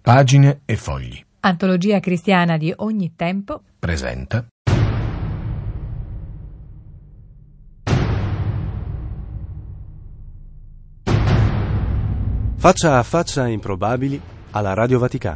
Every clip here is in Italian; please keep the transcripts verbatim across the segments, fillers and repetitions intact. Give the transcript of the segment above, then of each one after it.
Pagine e fogli. Antologia cristiana di ogni tempo. Presenta. Faccia a faccia improbabili alla Radio Vaticana.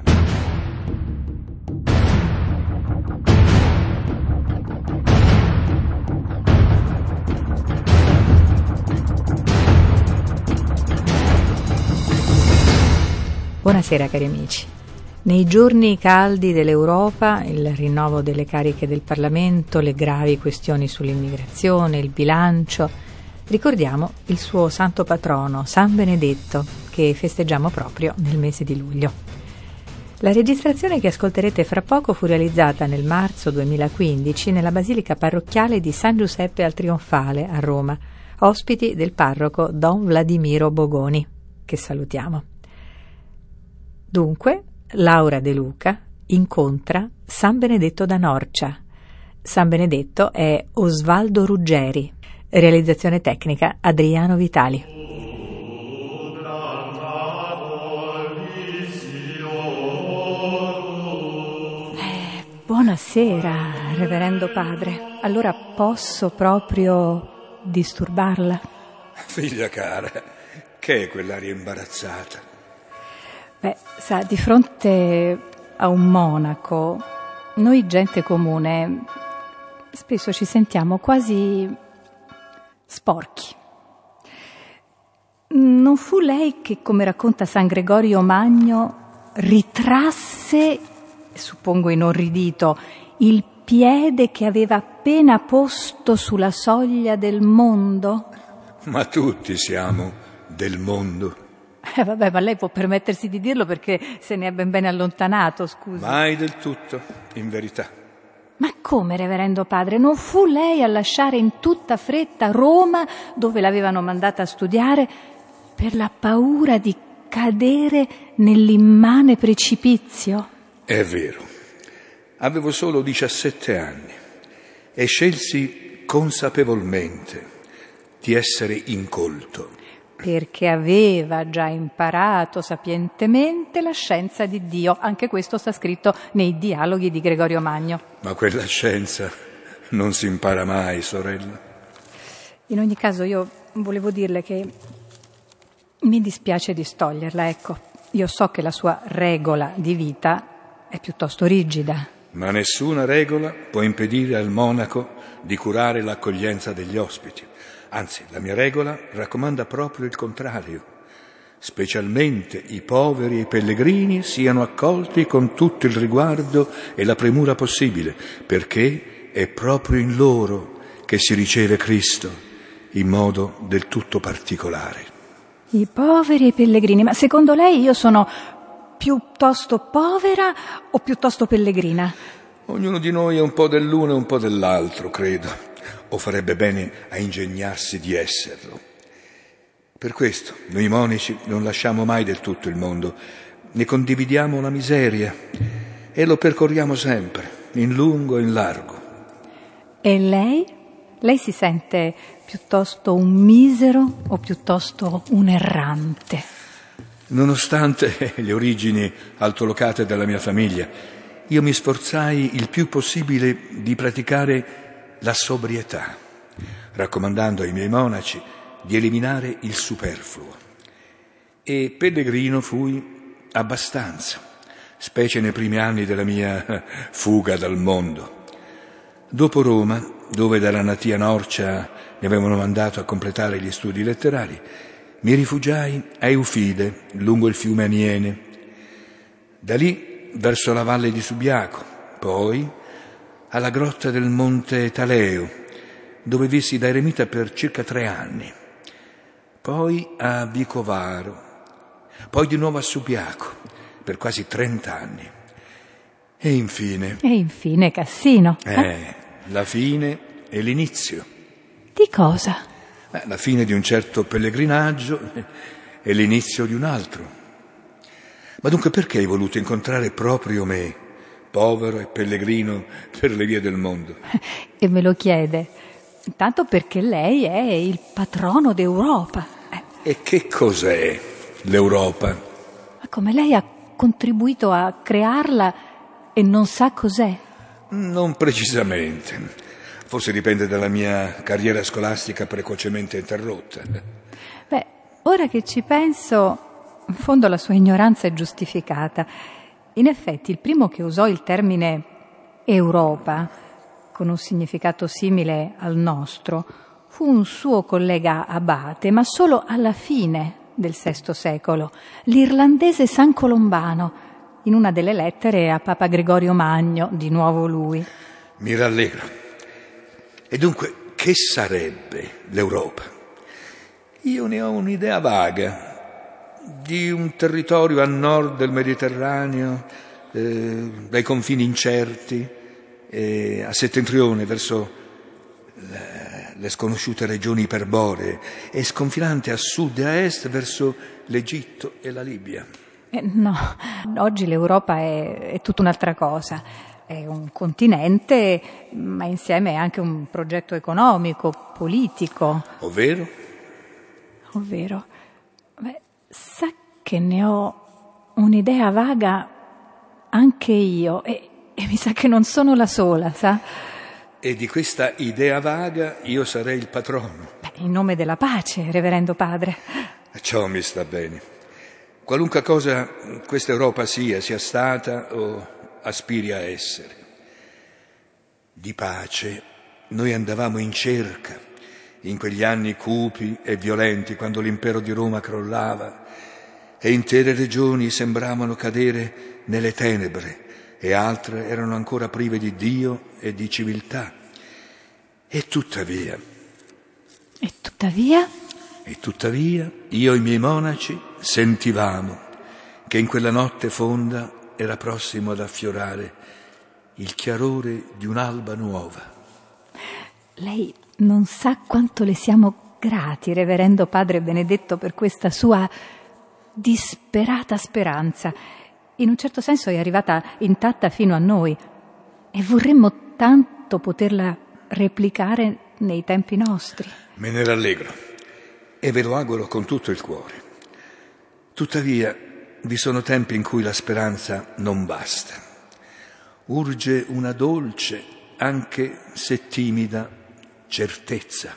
Buonasera cari amici. Nei giorni caldi dell'Europa, il rinnovo delle cariche del Parlamento, le gravi questioni sull'immigrazione, il bilancio, ricordiamo il suo santo patrono, San Benedetto, che festeggiamo proprio nel mese di luglio. La registrazione che ascolterete fra poco fu realizzata nel marzo duemilaquindici nella Basilica Parrocchiale di San Giuseppe al Trionfale a Roma, ospiti del parroco Don Vladimiro Bogoni, che salutiamo. Dunque, Laura De Luca incontra San Benedetto da Norcia. San Benedetto è Osvaldo Ruggeri. Realizzazione tecnica Adriano Vitali. Eh, buonasera, reverendo padre. Allora posso proprio disturbarla? Figlia cara, che è quell'aria imbarazzata? Beh, sa, di fronte a un monaco, noi gente comune spesso ci sentiamo quasi sporchi. Non fu lei che, come racconta San Gregorio Magno, ritrasse, suppongo inorridito, il piede che aveva appena posto sulla soglia del mondo? Ma tutti siamo del mondo. Eh vabbè, ma lei può permettersi di dirlo perché se ne è ben bene allontanato, scusi. Mai del tutto, in verità. Ma come, reverendo padre? Non fu lei a lasciare in tutta fretta Roma, dove l'avevano mandata a studiare, per la paura di cadere nell'immane precipizio? È vero. Avevo solo diciassette anni e scelsi consapevolmente di essere incolto. Perché aveva già imparato sapientemente la scienza di Dio. Anche questo sta scritto nei dialoghi di Gregorio Magno. Ma quella scienza non si impara mai, sorella. In ogni caso io volevo dirle che mi dispiace distoglierla, ecco. Io so che la sua regola di vita è piuttosto rigida. Ma nessuna regola può impedire al monaco di curare l'accoglienza degli ospiti. Anzi, la mia regola raccomanda proprio il contrario. Specialmente i poveri e i pellegrini siano accolti con tutto il riguardo e la premura possibile, perché è proprio in loro che si riceve Cristo in modo del tutto particolare. I poveri e i pellegrini, ma secondo lei io sono piuttosto povera o piuttosto pellegrina? Ognuno di noi è un po' dell'uno e un po' dell'altro, credo. O farebbe bene a ingegnarsi di esserlo. Per questo noi monaci non lasciamo mai del tutto il mondo, ne condividiamo la miseria e lo percorriamo sempre, in lungo e in largo. E lei? Lei si sente piuttosto un misero o piuttosto un errante? Nonostante le origini altolocate della mia famiglia, io mi sforzai il più possibile di praticare la sobrietà, raccomandando ai miei monaci di eliminare il superfluo. E pellegrino fui abbastanza, specie nei primi anni della mia fuga dal mondo. Dopo Roma, dove dalla natia Norcia mi avevano mandato a completare gli studi letterari, mi rifugiai a Eufide, lungo il fiume Aniene. Da lì verso la valle di Subiaco, poi alla grotta del Monte Taleo, dove vissi da eremita per circa tre anni, poi a Vicovaro, poi di nuovo a Subiaco per quasi trent'anni e infine... E infine Cassino. Eh, eh? La fine e l'inizio. Di cosa? Eh, la fine di un certo pellegrinaggio e l'inizio di un altro. Ma dunque perché hai voluto incontrare proprio me, povero e pellegrino per le vie del mondo? E me lo chiede, intanto perché lei è il patrono d'Europa. Eh. E che cos'è l'Europa? Ma come lei ha contribuito a crearla e non sa cos'è? Non precisamente. Forse dipende dalla mia carriera scolastica precocemente interrotta. Beh, ora che ci penso, in fondo la sua ignoranza è giustificata. In effetti, il primo che usò il termine Europa, con un significato simile al nostro, fu un suo collega abate, ma solo alla fine del sesto secolo, l'irlandese San Colombano, in una delle lettere a Papa Gregorio Magno, di nuovo lui. Mi rallegro. E dunque, che sarebbe l'Europa? Io ne ho un'idea vaga, di un territorio a nord del Mediterraneo, eh, dai confini incerti, eh, a settentrione verso le sconosciute regioni iperboree e sconfinante a sud e a est verso l'Egitto e la Libia. Eh, no, oggi l'Europa è, è tutta un'altra cosa. È un continente, ma insieme è anche un progetto economico, politico. Ovvero? Ovvero? Beh, sa che ne ho un'idea vaga anche io e, e mi sa che non sono la sola, sa? E di questa idea vaga io sarei il patrono. Beh, in nome della pace, reverendo padre. Ciò mi sta bene. Qualunque cosa questa Europa sia, sia stata o aspiri a essere. Di pace noi andavamo in cerca in quegli anni cupi e violenti, quando l'impero di Roma crollava e intere regioni sembravano cadere nelle tenebre e altre erano ancora prive di Dio e di civiltà. E tuttavia, E tuttavia, e tuttavia, io e i miei monaci sentivamo che in quella notte fonda era prossimo ad affiorare il chiarore di un'alba nuova. lei non sa quanto le siamo grati, reverendo padre Benedetto, per questa sua disperata speranza. In un certo senso è arrivata intatta fino a noi e vorremmo tanto poterla replicare nei tempi nostri. Me ne rallegro e ve lo auguro con tutto il cuore. Tuttavia, vi sono tempi in cui la speranza non basta. Urge una dolce, anche se timida, certezza.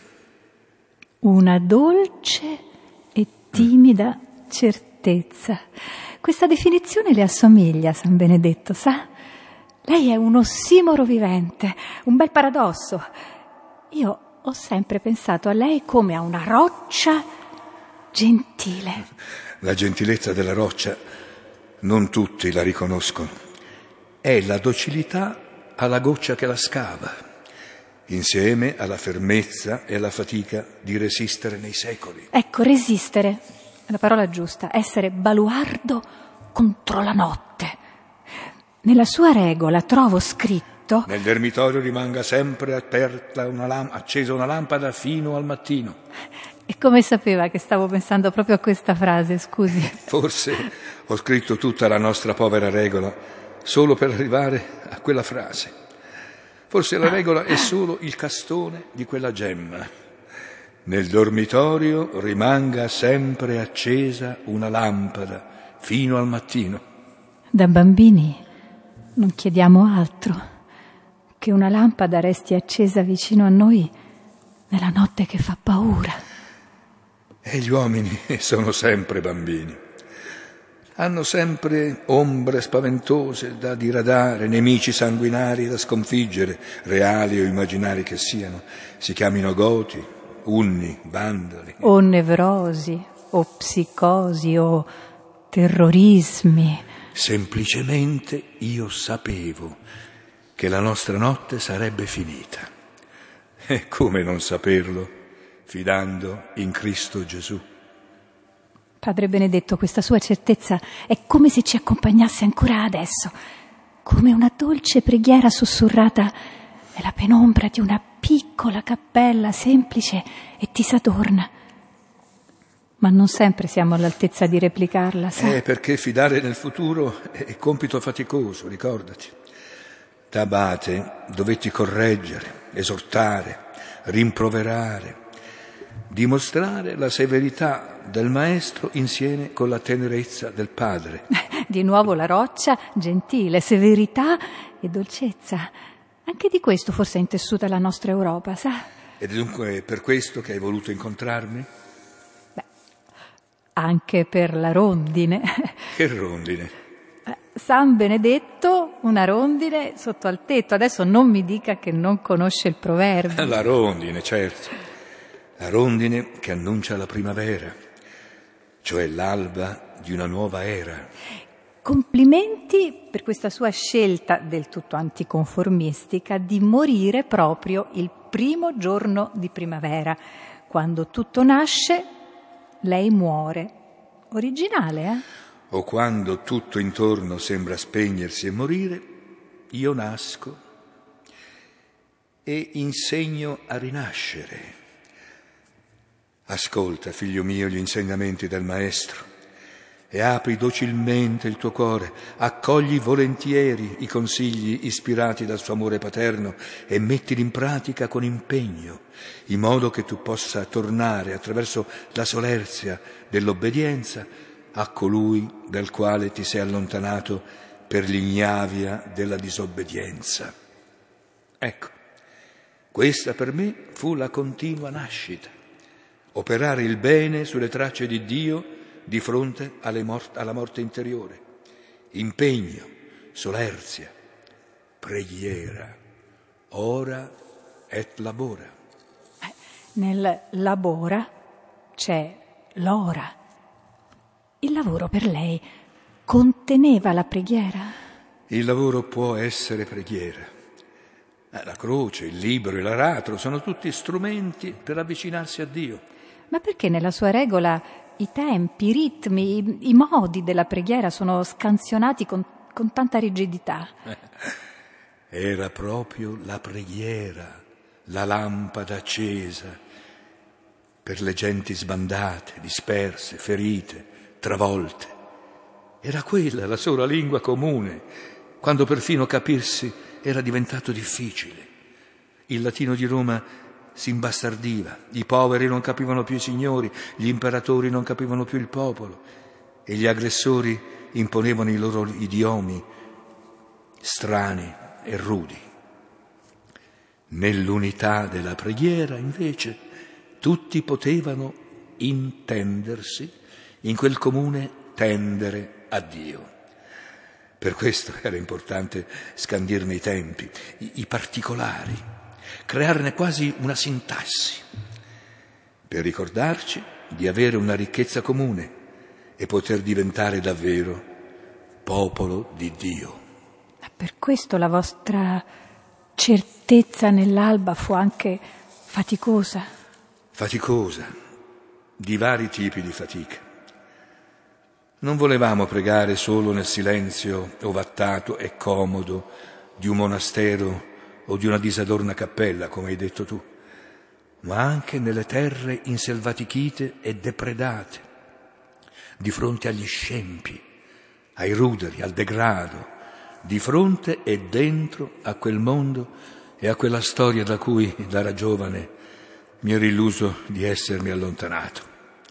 Una dolce e timida certezza. Questa definizione le assomiglia, San Benedetto, sa? Lei è un ossimoro vivente, un bel paradosso. Io ho sempre pensato a lei come a una roccia gentile. La gentilezza della roccia non tutti la riconoscono. È la docilità alla goccia che la scava, insieme alla fermezza e alla fatica di resistere nei secoli. Ecco, resistere è la parola giusta, essere baluardo contro la notte. Nella sua regola trovo scritto: nel dormitorio rimanga sempre aperta una lamp- accesa una lampada fino al mattino. E come sapeva che stavo pensando proprio a questa frase, scusi? Forse ho scritto tutta la nostra povera regola solo per arrivare a quella frase. Forse la regola è solo il castone di quella gemma. Nel dormitorio rimanga sempre accesa una lampada fino al mattino. Da bambini non chiediamo altro che una lampada resti accesa vicino a noi nella notte che fa paura. E gli uomini sono sempre bambini. Hanno sempre ombre spaventose da diradare, nemici sanguinari da sconfiggere, reali o immaginari che siano, si chiamino goti, unni, vandali. O nevrosi, o psicosi, o terrorismi. Semplicemente io sapevo che la nostra notte sarebbe finita. E come non saperlo, fidando in Cristo Gesù? Padre Benedetto, questa sua certezza è come se ci accompagnasse ancora adesso, come una dolce preghiera sussurrata nella penombra di una piccola cappella semplice e tisadorna. Ma non sempre siamo all'altezza di replicarla, sa? Eh, perché fidare nel futuro è compito faticoso, ricordati. Da abate dovetti correggere, esortare, rimproverare. dimostrare la severità del maestro insieme con la tenerezza del padre. Di nuovo la roccia, gentile, severità e dolcezza. Anche di questo forse è intessuta la nostra Europa, sa? Ed è dunque per questo che hai voluto incontrarmi? Beh, anche per la rondine. Che rondine? San Benedetto, una rondine sotto al tetto. Adesso non mi dica che non conosce il proverbio. La rondine, certo. La rondine che annuncia la primavera, cioè l'alba di una nuova era. Complimenti per questa sua scelta del tutto anticonformistica di morire proprio il primo giorno di primavera. Quando tutto nasce, lei muore. Originale, eh? O quando tutto intorno sembra spegnersi e morire, io nasco e insegno a rinascere. Ascolta, figlio mio, gli insegnamenti del Maestro e apri docilmente il tuo cuore, accogli volentieri i consigli ispirati dal suo amore paterno e mettili in pratica con impegno, in modo che tu possa tornare attraverso la solerzia dell'obbedienza a colui dal quale ti sei allontanato per l'ignavia della disobbedienza. Ecco, questa per me fu la continua nascita. Operare il bene sulle tracce di Dio di fronte alle mort- alla morte interiore. Impegno, solerzia, preghiera, ora et labora. Nel labora c'è l'ora. Il lavoro per lei conteneva la preghiera? Il lavoro può essere preghiera. La croce, il libro e l'aratro sono tutti strumenti per avvicinarsi a Dio. Ma perché nella sua regola i tempi, i ritmi, i, i modi della preghiera sono scansionati con, con tanta rigidità? Era proprio la preghiera, la lampada accesa per le genti sbandate, disperse, ferite, travolte. Era quella la sola lingua comune, quando perfino capirsi era diventato difficile. Il latino di Roma si imbastardiva, i poveri non capivano più i signori, gli imperatori non capivano più il popolo e gli aggressori imponevano i loro idiomi strani e rudi. Nell'unità della preghiera, invece, tutti potevano intendersi in quel comune tendere a Dio. Per questo era importante scandirne i tempi, i, i particolari, crearne quasi una sintassi, per ricordarci di avere una ricchezza comune e poter diventare davvero popolo di Dio. Per questo la vostra certezza nell'alba fu anche faticosa. Faticosa, di vari tipi di fatica. Non volevamo pregare solo nel silenzio ovattato e comodo di un monastero o di una disadorna cappella, come hai detto tu, ma anche nelle terre inselvatichite e depredate, di fronte agli scempi, ai ruderi, al degrado, di fronte e dentro a quel mondo e a quella storia da cui, da giovane, mi ero illuso di essermi allontanato.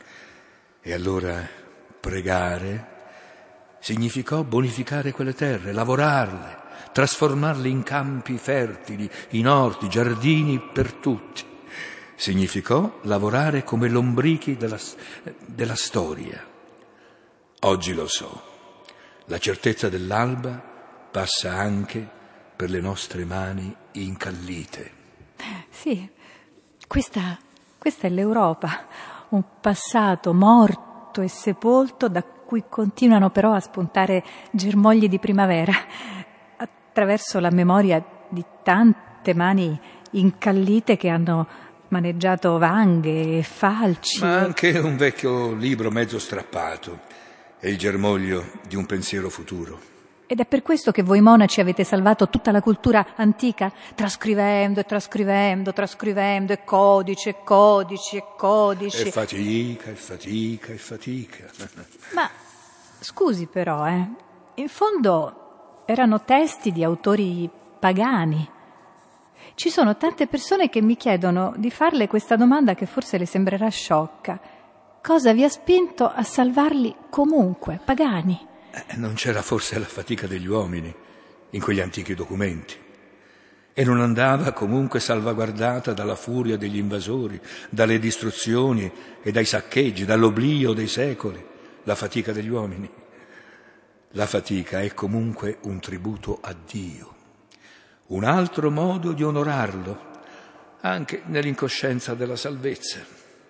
E allora pregare significò bonificare quelle terre, lavorarle, trasformarle in campi fertili, in orti, giardini per tutti. Significò lavorare come lombrichi della, della storia. Oggi lo so, la certezza dell'alba passa anche per le nostre mani incallite. Sì, questa, questa è l'Europa, un passato morto e sepolto da cui continuano però a spuntare germogli di primavera, attraverso la memoria di tante mani incallite che hanno maneggiato vanghe e falci. Ma anche un vecchio libro mezzo strappato è il germoglio di un pensiero futuro. Ed è per questo che voi monaci avete salvato tutta la cultura antica, trascrivendo e trascrivendo, trascrivendo, e codici, e codici, e codici. E fatica, e fatica, e fatica. Ma scusi però, eh, in fondo erano testi di autori pagani. Ci sono tante persone che mi chiedono di farle questa domanda che forse le sembrerà sciocca. Cosa vi ha spinto a salvarli comunque, pagani? Eh, non c'era forse la fatica degli uomini in quegli antichi documenti? E non andava comunque salvaguardata dalla furia degli invasori, dalle distruzioni e dai saccheggi, dall'oblio dei secoli, la fatica degli uomini? La fatica è comunque un tributo a Dio, un altro modo di onorarlo, anche nell'incoscienza della salvezza.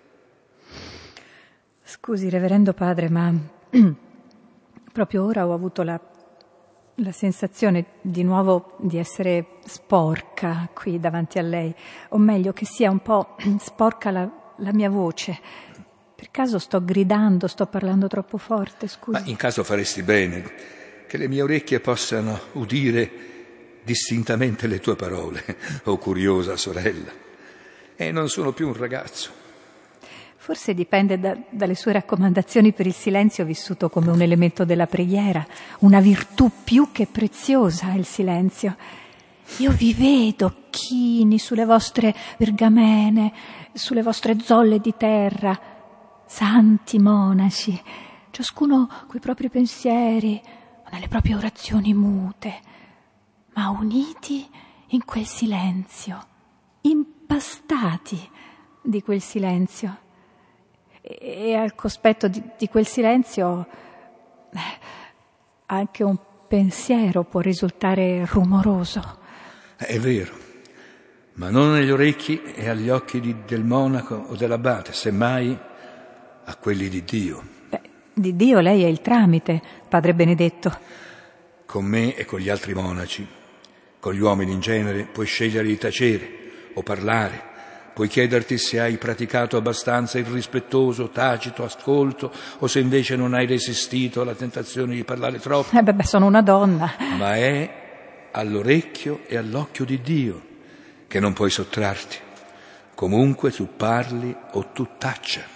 Scusi, reverendo padre, ma proprio ora ho avuto la, la sensazione di nuovo di essere sporca qui davanti a lei, o meglio che sia un po' sporca la, la mia voce. Per caso sto gridando, sto parlando troppo forte, scusi? Ma in caso faresti bene che le mie orecchie possano udire distintamente le tue parole, o curiosa sorella. E non sono più un ragazzo. Forse dipende da, dalle sue raccomandazioni per il silenzio vissuto come un elemento della preghiera, una virtù più che preziosa, il silenzio. Io vi vedo chini sulle vostre pergamene, sulle vostre zolle di terra, santi monaci, ciascuno coi propri pensieri, nelle proprie orazioni mute, ma uniti in quel silenzio, impastati di quel silenzio. E, e al cospetto di, di quel silenzio eh, anche un pensiero può risultare rumoroso. È vero, ma non negli orecchi e agli occhi di, del monaco o dell'abate, semmai a quelli di Dio. Beh, di Dio lei è il tramite, padre Benedetto. Con me e con gli altri monaci, con gli uomini in genere, puoi scegliere di tacere o parlare, puoi chiederti se hai praticato abbastanza il rispettoso, tacito ascolto o se invece non hai resistito alla tentazione di parlare troppo. Eh beh, beh, sono una donna. Ma è all'orecchio e all'occhio di Dio che non puoi sottrarti. Comunque tu parli o tu taccia.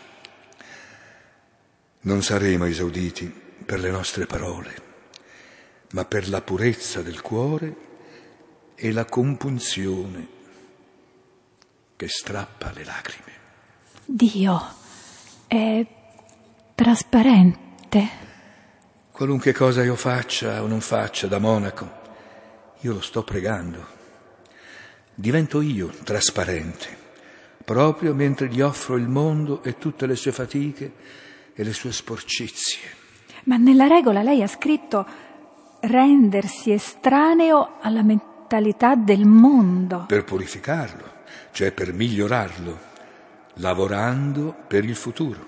Non saremo esauditi per le nostre parole, ma per la purezza del cuore e la compunzione che strappa le lacrime. Dio è trasparente. Qualunque cosa io faccia o non faccia da monaco, io lo sto pregando. Divento io trasparente, proprio mentre gli offro il mondo e tutte le sue fatiche e le sue sporcizie. Ma nella regola lei ha scritto rendersi estraneo alla mentalità del mondo. Per purificarlo, cioè per migliorarlo, lavorando per il futuro.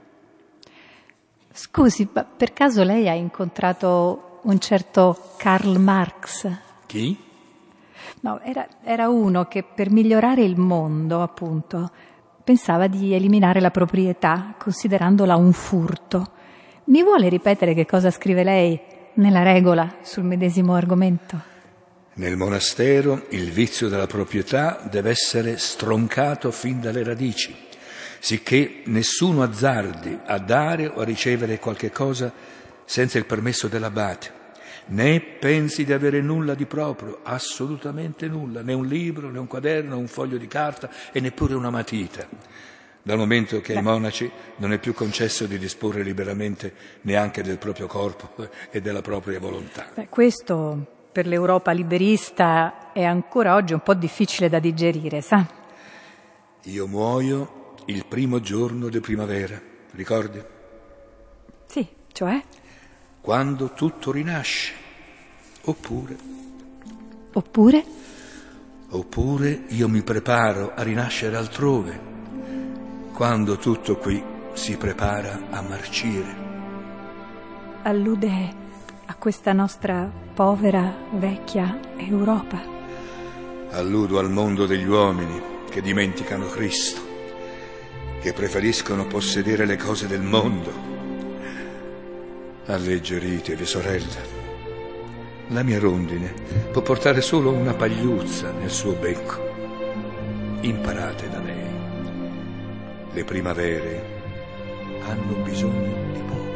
Scusi, ma per caso lei ha incontrato un certo Karl Marx? Chi? No, era, era uno che per migliorare il mondo, appunto, pensava di eliminare la proprietà, considerandola un furto. Mi vuole ripetere che cosa scrive lei nella regola sul medesimo argomento? Nel monastero il vizio della proprietà deve essere stroncato fin dalle radici, sicché nessuno azzardi a dare o a ricevere qualche cosa senza il permesso dell'abate, né pensi di avere nulla di proprio, assolutamente nulla, né un libro, né un quaderno, né un foglio di carta e neppure una matita, dal momento che ai monaci non è più concesso di disporre liberamente neanche del proprio corpo e della propria volontà. Beh, questo per l'Europa liberista è ancora oggi un po' difficile da digerire, sa? Io muoio il primo giorno di primavera, ricordi? Sì, cioè? Quando tutto rinasce, oppure... Oppure? Oppure io mi preparo a rinascere altrove, quando tutto qui si prepara a marcire. Allude a questa nostra povera, vecchia Europa. Alludo al mondo degli uomini che dimenticano Cristo, che preferiscono possedere le cose del mondo. Alleggeritevi, sorella. La mia rondine può portare solo una pagliuzza nel suo becco. Imparate da lei. Le primavere hanno bisogno di poco.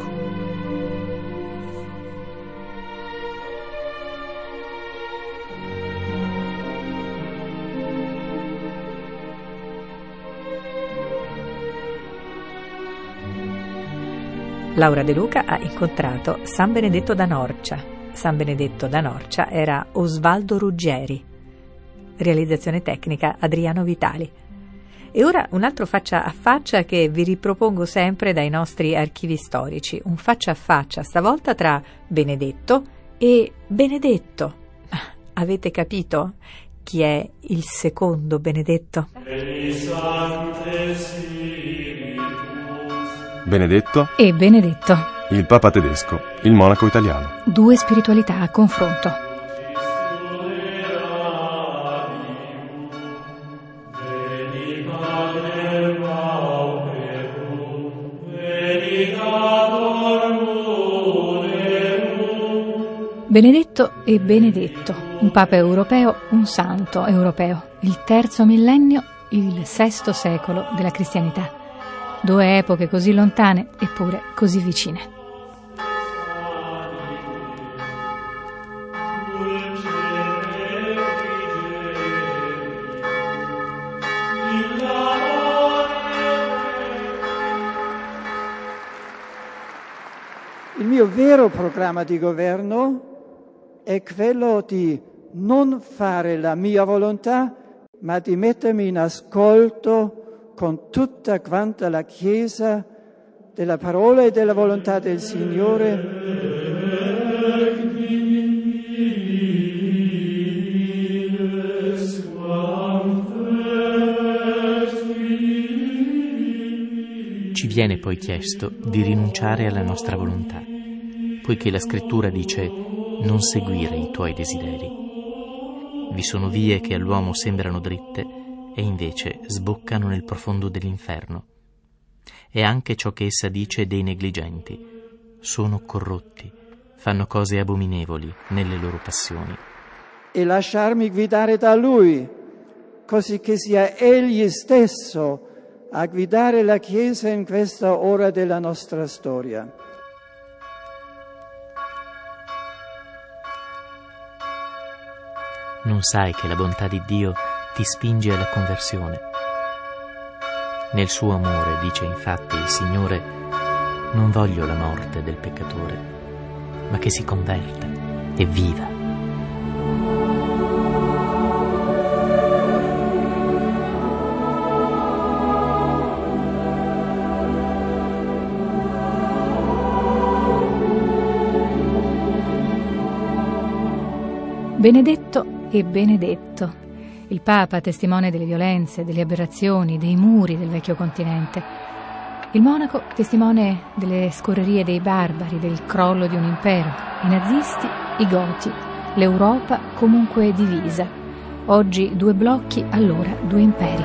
Laura De Luca ha incontrato San Benedetto da Norcia. San Benedetto da Norcia era Osvaldo Ruggieri. Realizzazione tecnica Adriano Vitali. E ora un altro faccia a faccia che vi ripropongo sempre dai nostri archivi storici, un faccia a faccia stavolta tra Benedetto e Benedetto. Avete capito chi è il secondo Benedetto? Benedetto E Benedetto. il Papa tedesco, il monaco italiano. Due spiritualità a confronto. Benedetto e Benedetto, un papa europeo, un santo europeo, il terzo millennio, il sesto secolo della cristianità. Due epoche così lontane eppure così vicine. Il mio vero programma di governo è quello di non fare la mia volontà, ma di mettermi in ascolto con tutta quanta la Chiesa della parola e della volontà del Signore. Ci viene poi chiesto di rinunciare alla nostra volontà, poiché la Scrittura dice: non seguire i tuoi desideri. Vi sono vie che all'uomo sembrano dritte e invece sboccano nel profondo dell'inferno. È anche ciò che essa dice dei negligenti. Sono corrotti, fanno cose abominevoli nelle loro passioni. E lasciarmi guidare da Lui, così che sia Egli stesso a guidare la Chiesa in questa ora della nostra storia. Non sai che la bontà di Dio ti spinge alla conversione. Nel suo amore, dice infatti il Signore, non voglio la morte del peccatore, ma che si converta e viva. Benedetto e Benedetto, il Papa testimone delle violenze, delle aberrazioni, dei muri del vecchio continente, il monaco testimone delle scorrerie dei barbari, del crollo di un impero, i nazisti, i goti, l'Europa comunque divisa, oggi due blocchi, allora due imperi.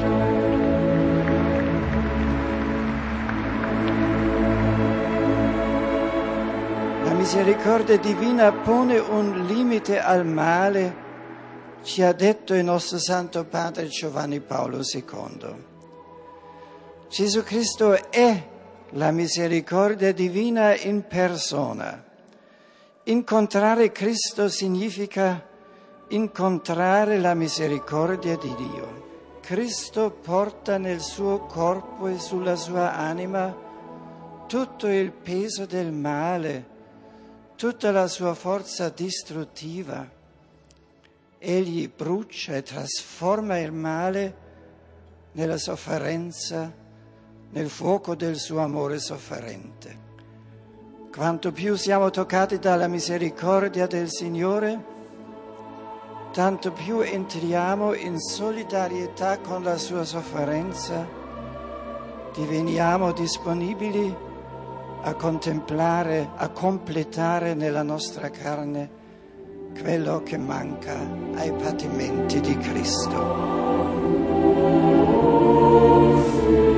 La misericordia divina pone un limite al male, ci ha detto il nostro Santo Padre Giovanni Paolo secondo. Gesù Cristo è la misericordia divina in persona. Incontrare Cristo significa incontrare la misericordia di Dio. Cristo porta nel suo corpo e sulla sua anima tutto il peso del male, tutta la sua forza distruttiva. Egli brucia e trasforma il male nella sofferenza, nel fuoco del suo amore sofferente. Quanto più siamo toccati dalla misericordia del Signore, tanto più entriamo in solidarietà con la sua sofferenza, diveniamo disponibili a contemplare, a completare nella nostra carne quello che manca ai patimenti di Cristo.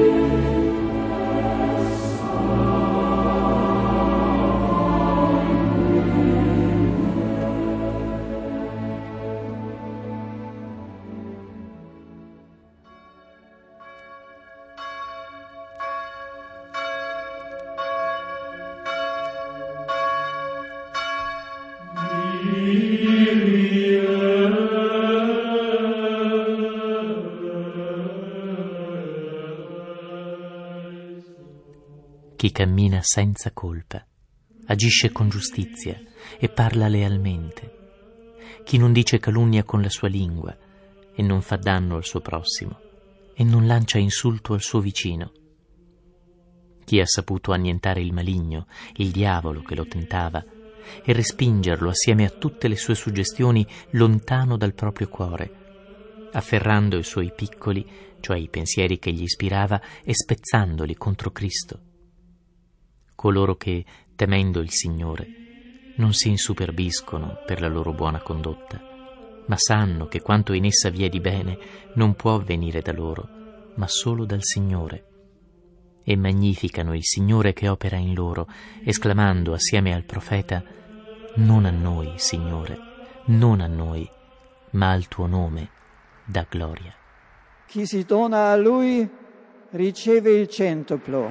chi cammina senza colpa, agisce con giustizia e parla lealmente, chi non dice calunnia con la sua lingua e non fa danno al suo prossimo e non lancia insulto al suo vicino, chi ha saputo annientare il maligno, il diavolo che lo tentava, e respingerlo assieme a tutte le sue suggestioni lontano dal proprio cuore, afferrando i suoi piccoli, cioè i pensieri che gli ispirava, e spezzandoli contro Cristo. Coloro che, temendo il Signore, non si insuperbiscono per la loro buona condotta, ma sanno che quanto in essa vi è di bene non può venire da loro, ma solo dal Signore, e magnificano il Signore che opera in loro, esclamando assieme al profeta: non a noi, Signore, non a noi, ma al tuo nome dà gloria. Chi si dona a Lui riceve il centuplo.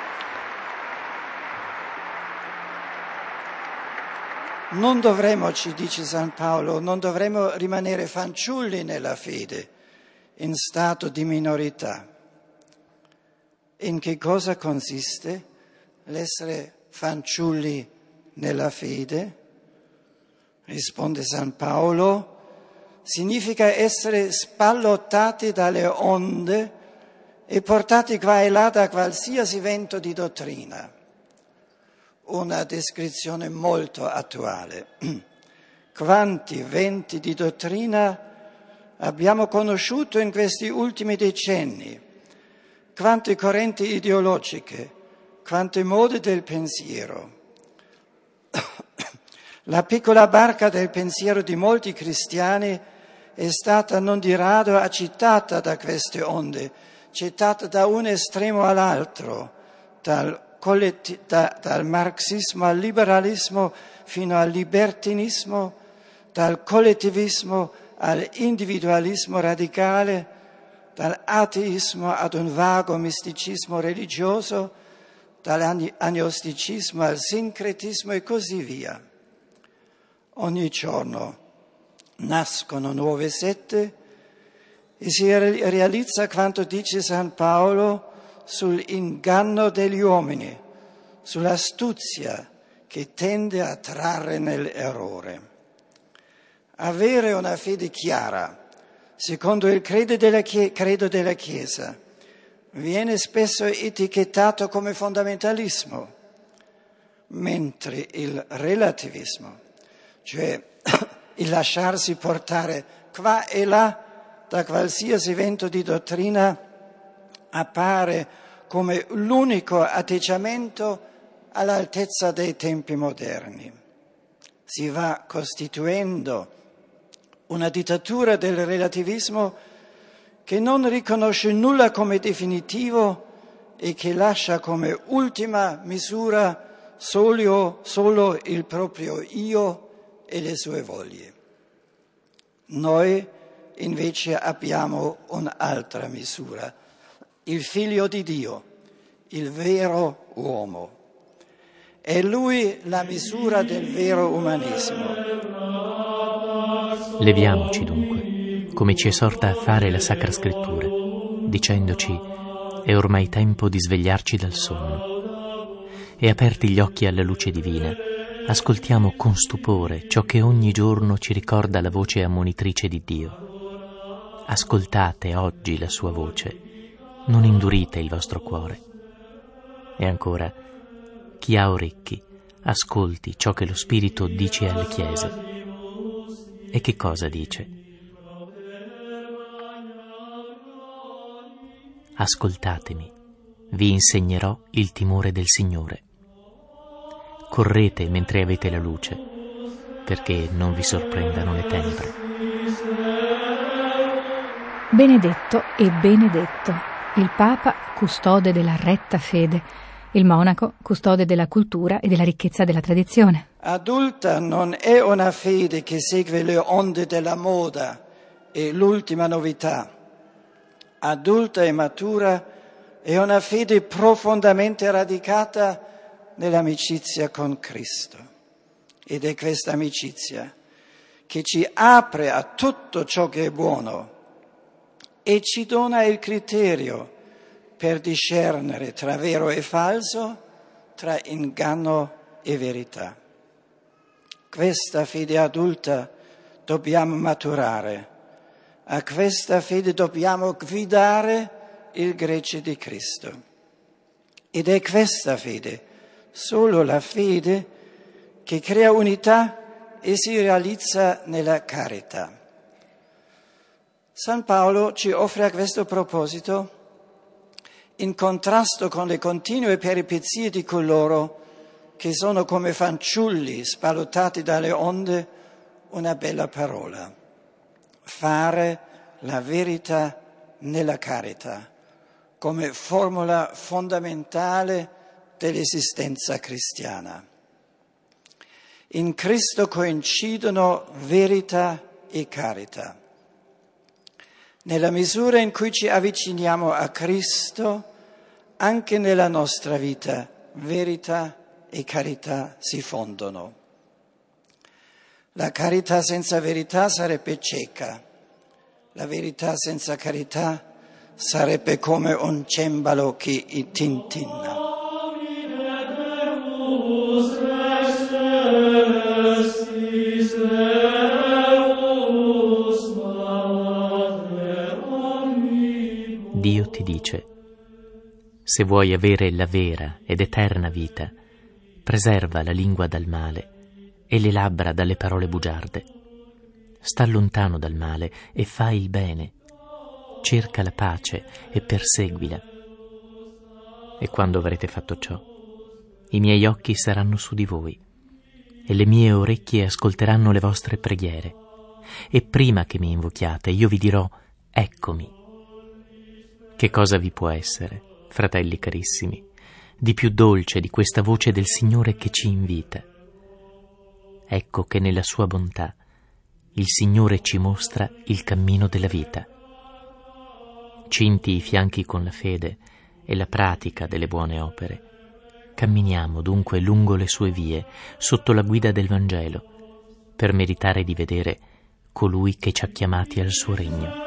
Non dovremmo, ci dice San Paolo, non dovremmo rimanere fanciulli nella fede, in stato di minorità. In che cosa consiste l'essere fanciulli nella fede? Risponde San Paolo, significa essere spallottati dalle onde e portati qua e là da qualsiasi vento di dottrina. Una descrizione molto attuale. Quanti venti di dottrina abbiamo conosciuto in questi ultimi decenni? Quante correnti ideologiche, quante mode del pensiero. La piccola barca del pensiero di molti cristiani è stata non di rado agitata da queste onde, gettata da un estremo all'altro, dal, colletti- da, dal marxismo al liberalismo fino al libertinismo, dal collettivismo all'individualismo radicale, dall'ateismo ad un vago misticismo religioso, dall'agnosticismo al sincretismo e così via. Ogni giorno nascono nuove sette e si realizza quanto dice San Paolo sull'inganno degli uomini, sull'astuzia che tende a trarre nell'errore. Avere una fede chiara, secondo il credo della, Chiesa, credo della Chiesa, viene spesso etichettato come fondamentalismo, mentre il relativismo, cioè il lasciarsi portare qua e là da qualsiasi vento di dottrina, appare come l'unico atteggiamento all'altezza dei tempi moderni. Si va costituendo una dittatura del relativismo che non riconosce nulla come definitivo e che lascia come ultima misura solo, solo il proprio io e le sue voglie. Noi invece abbiamo un'altra misura, il Figlio di Dio, il vero uomo. È Lui la misura del vero umanesimo. Leviamoci dunque, come ci esorta a fare la Sacra Scrittura, dicendoci: è ormai tempo di svegliarci dal sonno. E aperti gli occhi alla luce divina, ascoltiamo con stupore ciò che ogni giorno ci ricorda la voce ammonitrice di Dio. Ascoltate oggi la sua voce, non indurite il vostro cuore. E ancora, chi ha orecchi, ascolti ciò che lo Spirito dice alle chiese. E che cosa dice? Ascoltatemi, vi insegnerò il timore del Signore. Correte mentre avete la luce, perché non vi sorprendano le tenebre. Benedetto e benedetto, il Papa custode della retta fede, il monaco custode della cultura e della ricchezza della tradizione. Adulta non è una fede che segue le onde della moda e l'ultima novità. Adulta e matura è una fede profondamente radicata nell'amicizia con Cristo. Ed è questa amicizia che ci apre a tutto ciò che è buono e ci dona il criterio per discernere tra vero e falso, tra inganno e verità. Questa fede adulta dobbiamo maturare, a questa fede dobbiamo guidare il gregge di Cristo. Ed è questa fede, solo la fede, che crea unità e si realizza nella carità. San Paolo ci offre a questo proposito, in contrasto con le continue peripezie di coloro che sono come fanciulli spallottati dalle onde, una bella parola: fare la verità nella carità, come formula fondamentale dell'esistenza cristiana. In Cristo coincidono verità e carità. Nella misura in cui ci avviciniamo a Cristo, anche nella nostra vita, verità e carità si fondono. La carità senza verità sarebbe cieca, la verità senza carità sarebbe come un cembalo che tintinna. Dio ti dice: se vuoi avere la vera ed eterna vita, preserva la lingua dal male e le labbra dalle parole bugiarde. Sta lontano dal male e fai il bene. Cerca la pace e perseguila. E quando avrete fatto ciò, i miei occhi saranno su di voi e le mie orecchie ascolteranno le vostre preghiere. E prima che mi invochiate, io vi dirò: eccomi. Che cosa vi può essere, fratelli carissimi, di più dolce di questa voce del Signore che ci invita? Ecco che nella sua bontà il Signore ci mostra il cammino della vita. Cinti i fianchi con la fede e la pratica delle buone opere, camminiamo dunque lungo le sue vie, sotto la guida del Vangelo, per meritare di vedere colui che ci ha chiamati al suo regno.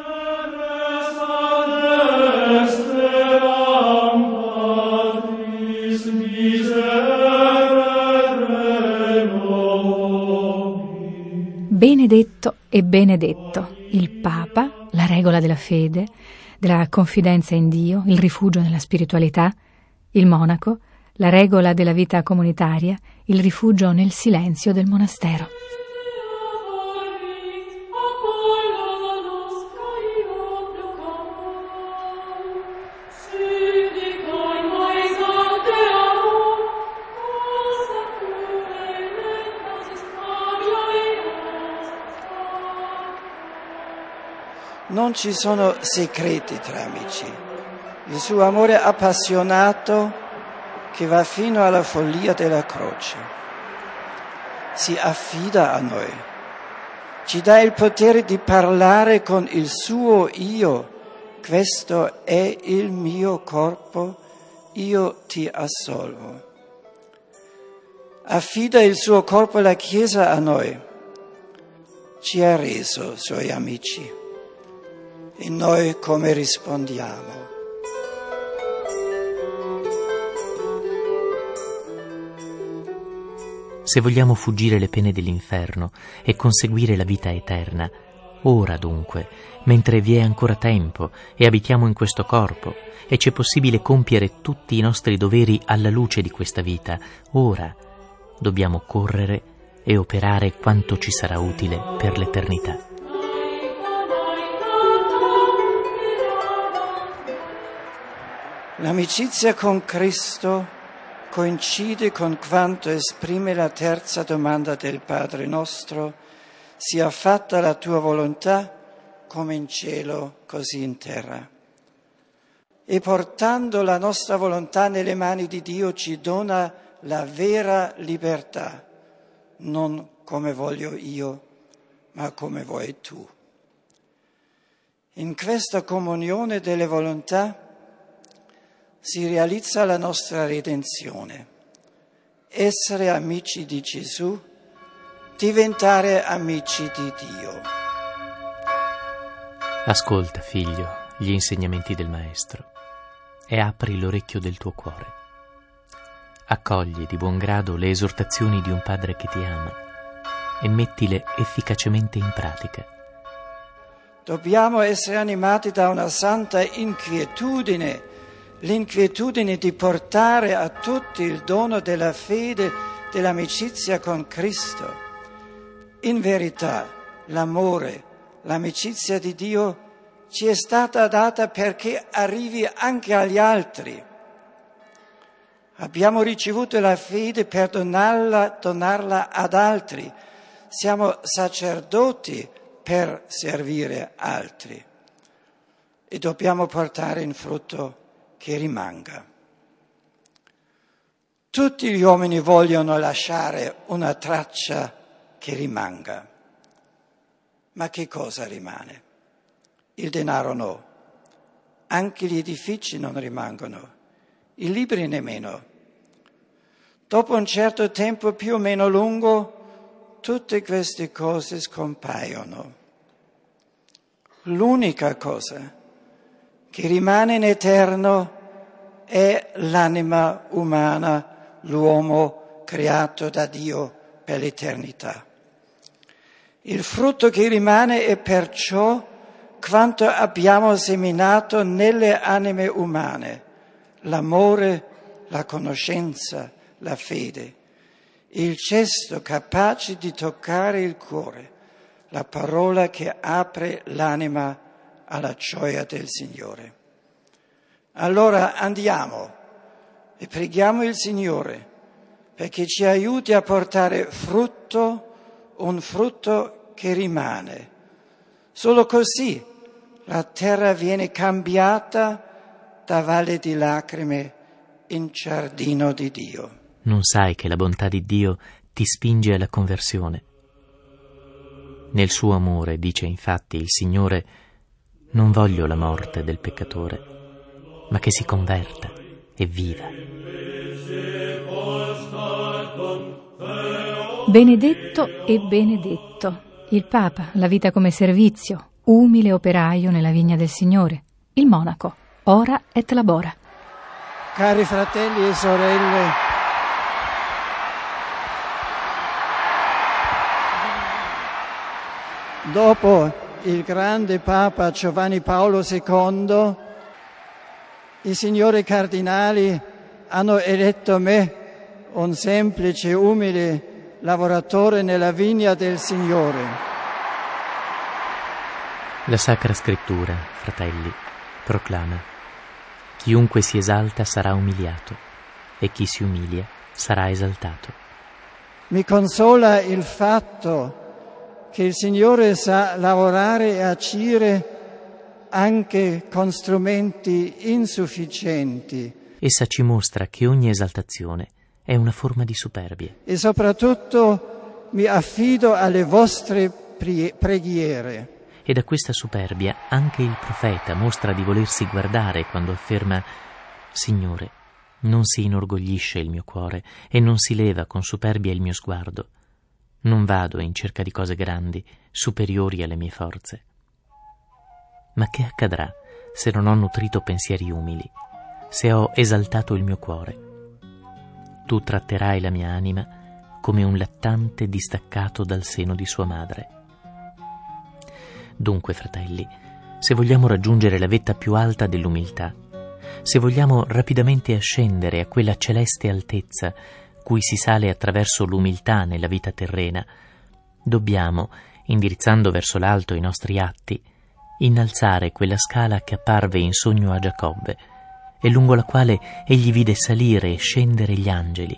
Benedetto e benedetto il Papa, la regola della fede, della confidenza in Dio, il rifugio nella spiritualità, il monaco, la regola della vita comunitaria, il rifugio nel silenzio del monastero. Non ci sono segreti tra amici. Il suo amore appassionato che va fino alla follia della croce. Si affida a noi. Ci dà il potere di parlare con il suo io. Questo è il mio corpo, io ti assolvo. Affida il suo corpo, la Chiesa, a noi. Ci ha reso suoi amici. E noi come rispondiamo? Se vogliamo fuggire le pene dell'inferno e conseguire la vita eterna, ora dunque, mentre vi è ancora tempo e abitiamo in questo corpo e c'è possibile compiere tutti i nostri doveri alla luce di questa vita, ora dobbiamo correre e operare quanto ci sarà utile per l'eternità. L'amicizia con Cristo coincide con quanto esprime la terza domanda del Padre nostro: sia fatta la tua volontà come in cielo così in terra. E portando la nostra volontà nelle mani di Dio ci dona la vera libertà, non come voglio io, ma come vuoi tu. In questa comunione delle volontà si realizza la nostra redenzione. Essere amici di Gesù, diventare amici di Dio. Ascolta, figlio, gli insegnamenti del Maestro e apri l'orecchio del tuo cuore. Accogli di buon grado le esortazioni di un padre che ti ama e mettile efficacemente in pratica. Dobbiamo essere animati da una santa inquietudine, l'inquietudine di portare a tutti il dono della fede, dell'amicizia con Cristo. In verità, l'amore, l'amicizia di Dio ci è stata data perché arrivi anche agli altri. Abbiamo ricevuto la fede per donarla, donarla ad altri. Siamo sacerdoti per servire altri e dobbiamo portare in frutto che rimanga. Tutti gli uomini vogliono lasciare una traccia che rimanga. Ma che cosa rimane? Il denaro no. Anche gli edifici non rimangono. I libri nemmeno. Dopo un certo tempo più o meno lungo, tutte queste cose scompaiono. L'unica cosa che rimane in eterno è l'anima umana, l'uomo creato da Dio per l'eternità. Il frutto che rimane è perciò quanto abbiamo seminato nelle anime umane, l'amore, la conoscenza, la fede, il cesto capace di toccare il cuore, la parola che apre l'anima alla gioia del Signore. Allora andiamo e preghiamo il Signore perché ci aiuti a portare frutto, un frutto che rimane. Solo così la terra viene cambiata da valle di lacrime in giardino di Dio. Non sai che la bontà di Dio ti spinge alla conversione. Nel suo amore, dice infatti il Signore, non voglio la morte del peccatore, ma che si converta e viva. Benedetto e benedetto. Il Papa, la vita come servizio, umile operaio nella vigna del Signore. Il monaco, ora et labora. Cari fratelli e sorelle, dopo il grande Papa Giovanni Paolo secondo, i signori cardinali hanno eletto me, un semplice, umile lavoratore nella vigna del Signore. La Sacra Scrittura, fratelli, proclama: chiunque si esalta sarà umiliato e chi si umilia sarà esaltato. Mi consola il fatto che il Signore sa lavorare e agire anche con strumenti insufficienti. Essa ci mostra che ogni esaltazione è una forma di superbia. E soprattutto mi affido alle vostre preghiere. E da questa superbia anche il profeta mostra di volersi guardare quando afferma: Signore, non si inorgoglisce il mio cuore e non si leva con superbia il mio sguardo. Non vado in cerca di cose grandi, superiori alle mie forze. Ma che accadrà se non ho nutrito pensieri umili, se ho esaltato il mio cuore? Tu tratterai la mia anima come un lattante distaccato dal seno di sua madre. Dunque, fratelli, se vogliamo raggiungere la vetta più alta dell'umiltà, se vogliamo rapidamente ascendere a quella celeste altezza cui si sale attraverso l'umiltà nella vita terrena, dobbiamo, indirizzando verso l'alto i nostri atti, innalzare quella scala che apparve in sogno a Giacobbe e lungo la quale egli vide salire e scendere gli angeli.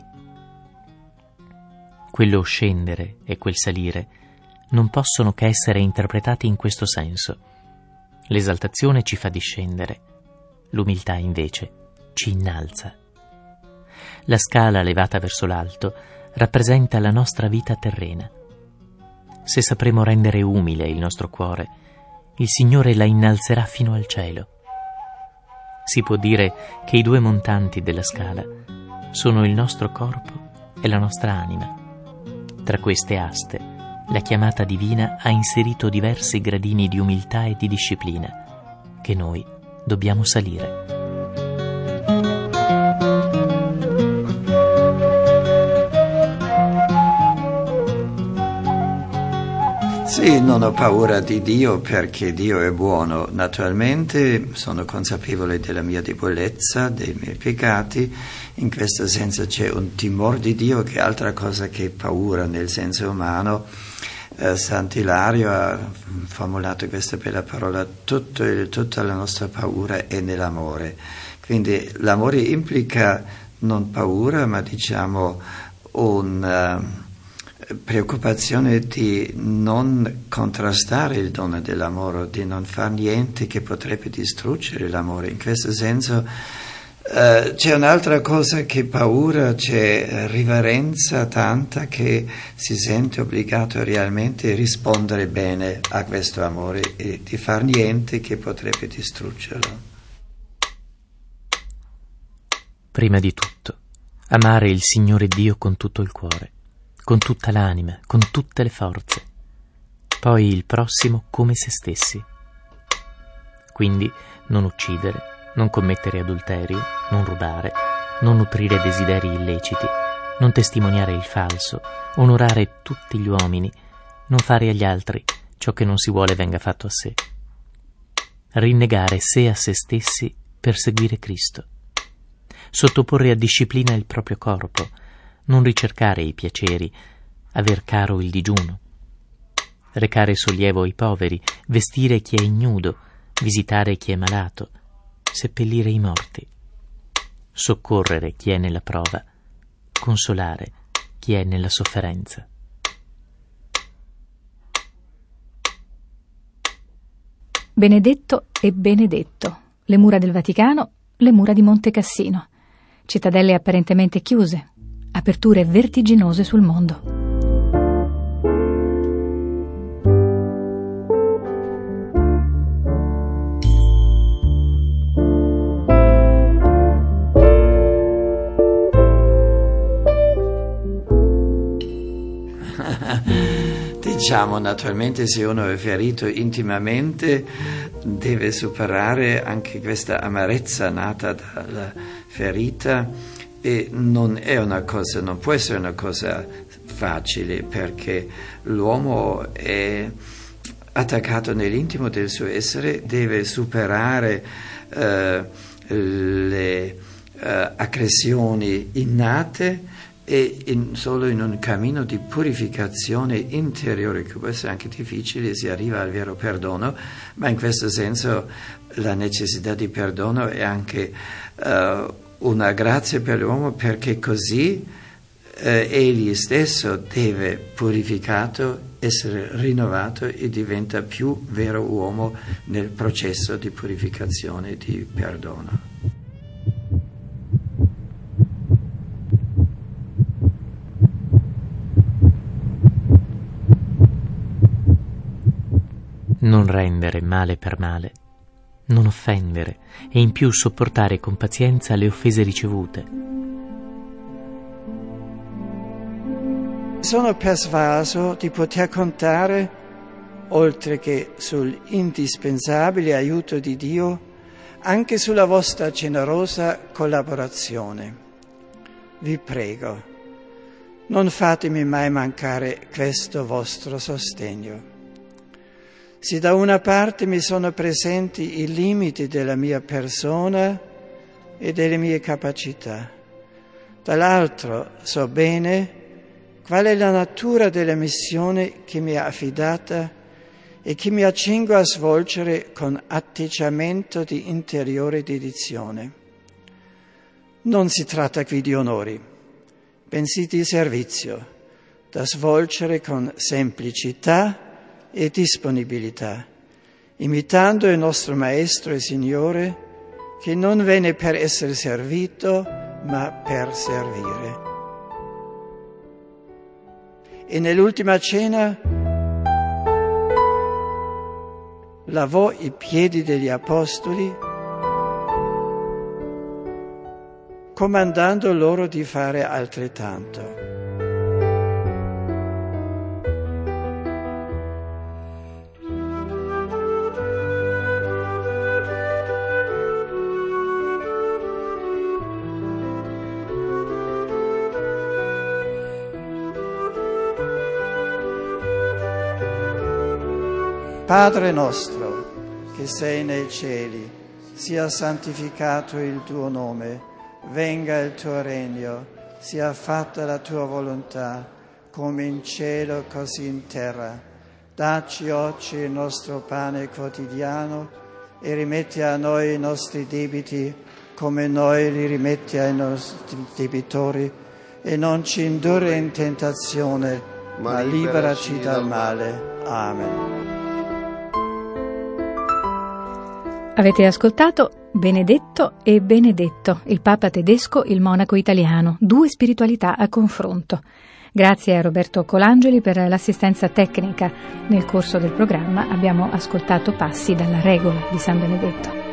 Quello scendere e quel salire non possono che essere interpretati in questo senso. L'esaltazione ci fa discendere, l'umiltà invece ci innalza. La scala levata verso l'alto rappresenta la nostra vita terrena. Se sapremo rendere umile il nostro cuore, il Signore la innalzerà fino al cielo. Si può dire che i due montanti della scala sono il nostro corpo e la nostra anima. Tra queste aste, la chiamata divina ha inserito diversi gradini di umiltà e di disciplina che noi dobbiamo salire. Sì, non ho paura di Dio perché Dio è buono. Naturalmente sono consapevole della mia debolezza, dei miei peccati. In questo senso c'è un timore di Dio che è altra cosa che paura nel senso umano. Eh, Sant'Ilario ha formulato questa bella parola: tutto il, tutta la nostra paura è nell'amore. Quindi l'amore implica non paura, ma diciamo una preoccupazione di non contrastare il dono dell'amore, di non fare niente che potrebbe distruggere l'amore. In questo senso Uh, c'è un'altra cosa che paura, c'è riverenza tanta che si sente obbligato realmente a rispondere bene a questo amore e di far niente che potrebbe distruggerlo. Prima di tutto, amare il Signore Dio con tutto il cuore, con tutta l'anima, con tutte le forze, poi il prossimo come se stessi. Quindi non uccidere, non commettere adulterio, non rubare, non nutrire desideri illeciti, non testimoniare il falso, onorare tutti gli uomini, non fare agli altri ciò che non si vuole venga fatto a sé. Rinnegare sé a se stessi per seguire Cristo. Sottoporre a disciplina il proprio corpo, non ricercare i piaceri, aver caro il digiuno. Recare sollievo ai poveri, vestire chi è ignudo, visitare chi è malato, seppellire i morti, soccorrere chi è nella prova, consolare chi è nella sofferenza. Benedetto e benedetto, le mura del Vaticano, le mura di Monte Cassino, cittadelle apparentemente chiuse, aperture vertiginose sul mondo. Diciamo, naturalmente se uno è ferito intimamente deve superare anche questa amarezza nata dalla ferita, e non è una cosa, non può essere una cosa facile, perché l'uomo è attaccato nell'intimo del suo essere, deve superare eh, le eh, aggressioni innate, e in, solo in un cammino di purificazione interiore, che può essere anche difficile, si arriva al vero perdono, ma in questo senso la necessità di perdono è anche uh, una grazia per l'uomo, perché così uh, egli stesso deve, purificato, essere rinnovato e diventa più vero uomo nel processo di purificazione e di perdono. Non rendere male per male, non offendere e in più sopportare con pazienza le offese ricevute. Sono persuaso di poter contare, oltre che sull'indispensabile aiuto di Dio, anche sulla vostra generosa collaborazione. Vi prego, non fatemi mai mancare questo vostro sostegno. Se da una parte mi sono presenti i limiti della mia persona e delle mie capacità, dall'altro so bene qual è la natura della missione che mi è affidata e che mi accingo a svolgere con atteggiamento di interiore dedizione. Non si tratta qui di onori, bensì di servizio, da svolgere con semplicità e disponibilità, imitando il nostro Maestro e Signore, che non venne per essere servito, ma per servire. E nell'ultima cena lavò i piedi degli apostoli, comandando loro di fare altrettanto. Padre nostro, che sei nei cieli, sia santificato il tuo nome, venga il tuo regno, sia fatta la tua volontà, come in cielo così in terra. Dacci oggi il nostro pane quotidiano e rimetti a noi i nostri debiti come noi li rimetti ai nostri debitori, e non ci indurre in tentazione, ma, ma liberaci dal male. Amen. Avete ascoltato Benedetto e Benedetto, il Papa tedesco, il monaco italiano, due spiritualità a confronto. Grazie a Roberto Colangeli per l'assistenza tecnica. Nel corso del programma abbiamo ascoltato passi dalla Regola di San Benedetto.